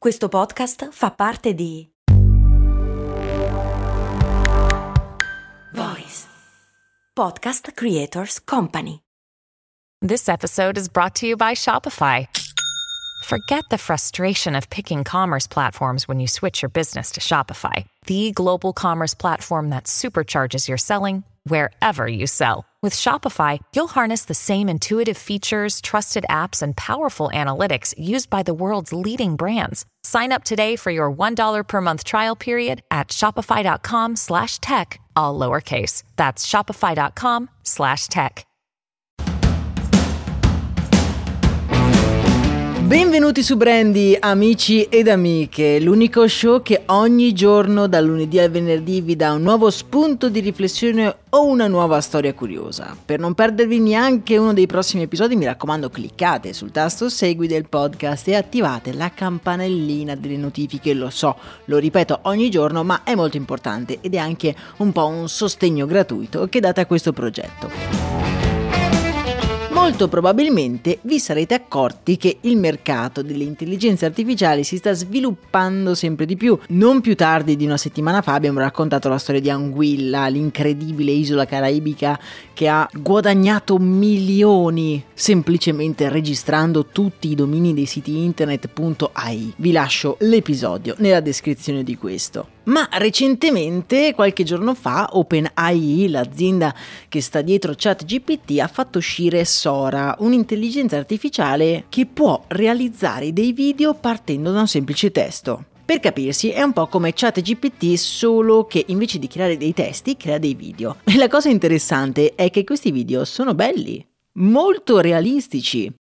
Questo podcast fa parte di Voice Podcast Creators Company. This episode is brought to you by Shopify. Forget the frustration of picking commerce platforms when you switch your business to Shopify, the global commerce platform that supercharges your selling wherever you sell. With Shopify, you'll harness the same intuitive features, trusted apps, and powerful analytics used by the world's leading brands. Sign up today for your $1 per month trial period at shopify.com/tech, all lowercase. That's shopify.com/tech. Benvenuti su Brandy, amici ed amiche, l'unico show che ogni giorno dal lunedì al venerdì vi dà un nuovo spunto di riflessione o una nuova storia curiosa. Per non perdervi neanche uno dei prossimi episodi, mi raccomando, cliccate sul tasto segui del podcast e attivate la campanellina delle notifiche. Lo so, lo ripeto ogni giorno, ma è molto importante ed è anche un po' un sostegno gratuito che date a questo progetto. Molto probabilmente vi sarete accorti che il mercato delle intelligenze artificiali si sta sviluppando sempre di più. Non più tardi di una settimana fa abbiamo raccontato la storia di Anguilla, l'incredibile isola caraibica che ha guadagnato milioni semplicemente registrando tutti i domini dei siti internet.ai. Vi lascio l'episodio nella descrizione di questo. Ma recentemente, qualche giorno fa, OpenAI, l'azienda che sta dietro ChatGPT, ha fatto uscire Sora, un'intelligenza artificiale che può realizzare dei video partendo da un semplice testo. Per capirsi, è un po' come ChatGPT, solo che invece di creare dei testi, crea dei video. E la cosa interessante è che questi video sono belli, molto realistici.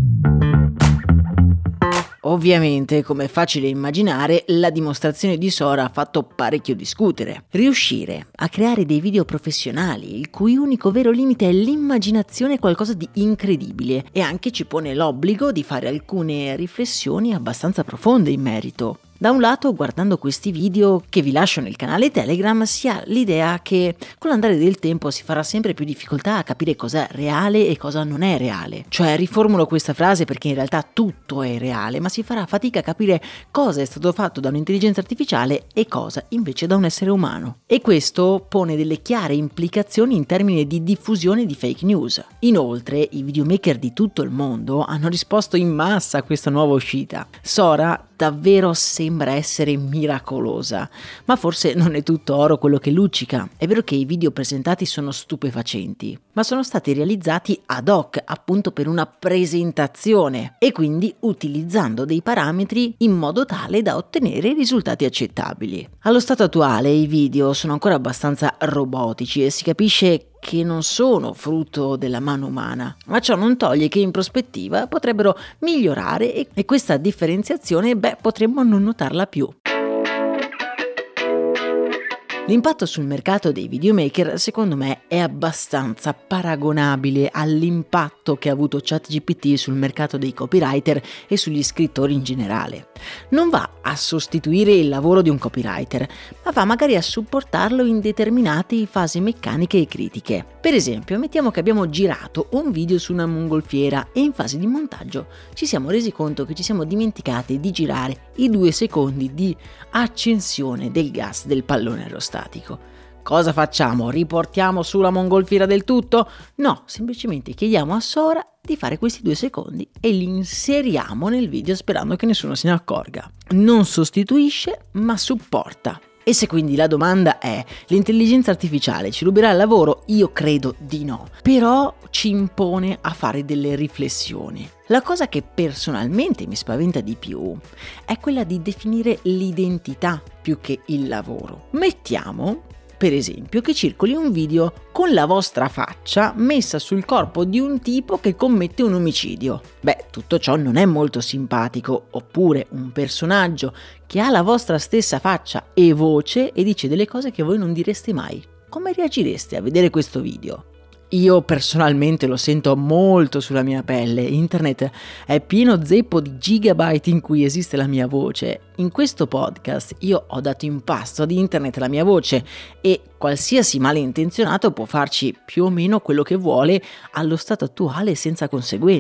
Ovviamente, come è facile immaginare, la dimostrazione di Sora ha fatto parecchio discutere. Riuscire a creare dei video professionali, il cui unico vero limite è l'immaginazione, è qualcosa di incredibile e anche ci pone l'obbligo di fare alcune riflessioni abbastanza profonde in merito. Da un lato, guardando questi video che vi lascio nel canale Telegram, si ha l'idea che con l'andare del tempo si farà sempre più difficoltà a capire cosa è reale e cosa non è reale. Cioè, riformulo questa frase perché in realtà tutto è reale, ma si farà fatica a capire cosa è stato fatto da un'intelligenza artificiale e cosa invece da un essere umano. E questo pone delle chiare implicazioni in termini di diffusione di fake news. Inoltre, i videomaker di tutto il mondo hanno risposto in massa a questa nuova uscita. Sora davvero sembra essere miracolosa, ma forse non è tutto oro quello che luccica. È vero che i video presentati sono stupefacenti, ma sono stati realizzati ad hoc, appunto per una presentazione, e quindi utilizzando dei parametri in modo tale da ottenere risultati accettabili. Allo stato attuale i video sono ancora abbastanza robotici e si capisce che non sono frutto della mano umana, ma ciò non toglie che in prospettiva potrebbero migliorare e questa differenziazione, potremmo non notarla più. L'impatto sul mercato dei videomaker, secondo me, è abbastanza paragonabile all'impatto che ha avuto ChatGPT sul mercato dei copywriter e sugli scrittori in generale. Non va a sostituire il lavoro di un copywriter, ma va magari a supportarlo in determinate fasi meccaniche e critiche. Per esempio, mettiamo che abbiamo girato un video su una mongolfiera e in fase di montaggio ci siamo resi conto che ci siamo dimenticati di girare i 2 secondi di accensione del gas del pallone aerostatico. Cosa facciamo? Riportiamo sulla mongolfiera del tutto? No, semplicemente chiediamo a Sora di fare questi 2 secondi e li inseriamo nel video sperando che nessuno se ne accorga. Non sostituisce, ma supporta. E se quindi la domanda è: l'intelligenza artificiale ci ruberà il lavoro? Io credo di no, però ci impone a fare delle riflessioni. La cosa che personalmente mi spaventa di più è quella di definire l'identità più che il lavoro. Mettiamo, per esempio, che circoli un video con la vostra faccia messa sul corpo di un tipo che commette un omicidio. Tutto ciò non è molto simpatico. Oppure un personaggio che ha la vostra stessa faccia e voce e dice delle cose che voi non direste mai. Come reagireste a vedere questo video? Io personalmente lo sento molto sulla mia pelle. Internet è pieno zeppo di gigabyte in cui esiste la mia voce. In questo podcast io ho dato in pasto ad internet la mia voce e qualsiasi malintenzionato può farci più o meno quello che vuole allo stato attuale senza conseguenze.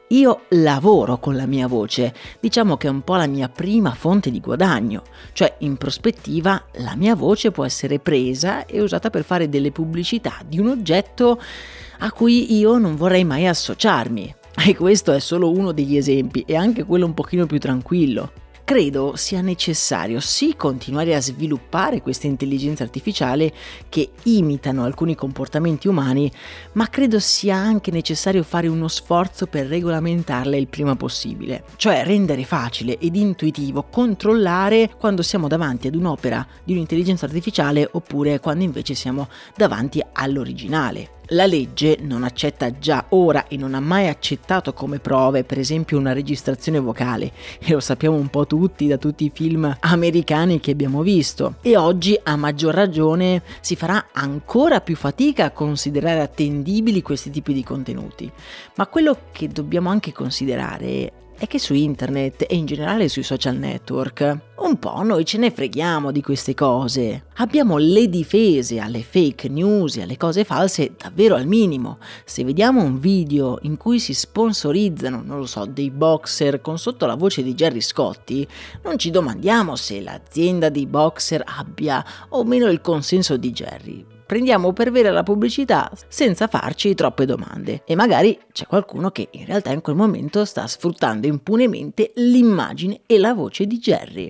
Io lavoro con la mia voce, diciamo che è un po' la mia prima fonte di guadagno, cioè in prospettiva la mia voce può essere presa e usata per fare delle pubblicità di un oggetto a cui io non vorrei mai associarmi. E questo è solo uno degli esempi, e anche quello un pochino più tranquillo. Credo sia necessario sì continuare a sviluppare queste intelligenze artificiali che imitano alcuni comportamenti umani, ma credo sia anche necessario fare uno sforzo per regolamentarle il prima possibile, cioè rendere facile ed intuitivo controllare quando siamo davanti ad un'opera di un'intelligenza artificiale oppure quando invece siamo davanti all'originale. La legge non accetta già ora e non ha mai accettato come prove, per esempio, una registrazione vocale, e lo sappiamo un po' tutti da tutti i film americani che abbiamo visto, e oggi a maggior ragione si farà ancora più fatica a considerare attendibili questi tipi di contenuti. Ma quello che dobbiamo anche considerare è che su internet e in generale sui social network un po' noi ce ne freghiamo di queste cose. Abbiamo le difese alle fake news e alle cose false davvero al minimo. Se vediamo un video in cui si sponsorizzano, non lo so, dei boxer con sotto la voce di Gerry Scotti, non ci domandiamo se l'azienda dei boxer abbia o meno il consenso di Gerry. Prendiamo per vera la pubblicità senza farci troppe domande, e magari c'è qualcuno che in realtà in quel momento sta sfruttando impunemente l'immagine e la voce di Gerry.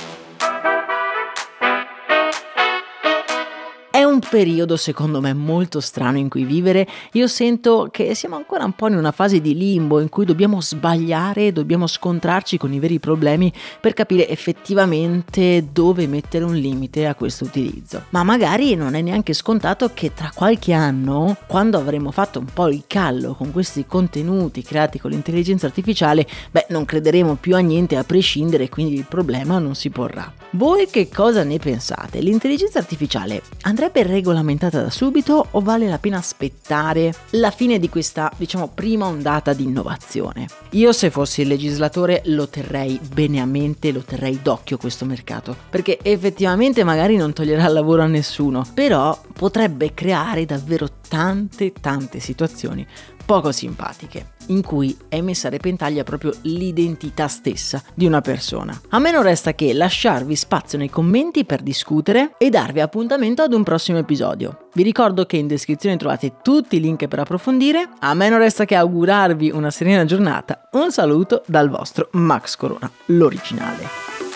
È un periodo secondo me molto strano in cui vivere. Io sento che siamo ancora un po' in una fase di limbo in cui dobbiamo sbagliare, dobbiamo scontrarci con i veri problemi per capire effettivamente dove mettere un limite a questo utilizzo. Ma magari non è neanche scontato che tra qualche anno, quando avremo fatto un po' il callo con questi contenuti creati con l'intelligenza artificiale, non crederemo più a niente a prescindere e quindi il problema non si porrà. Voi che cosa ne pensate? L'intelligenza artificiale andrebbe regolamentata da subito o vale la pena aspettare la fine di questa, prima ondata di innovazione? Io, se fossi il legislatore, lo terrei bene a mente, lo terrei d'occhio questo mercato, perché effettivamente magari non toglierà il lavoro a nessuno, però potrebbe creare davvero tante situazioni poco simpatiche, in cui è messa a repentaglio proprio l'identità stessa di una persona. A me non resta che lasciarvi spazio nei commenti per discutere e darvi appuntamento ad un prossimo episodio. Vi ricordo che in descrizione trovate tutti i link per approfondire. A me non resta che augurarvi una serena giornata. Un saluto dal vostro Max Corona, l'originale.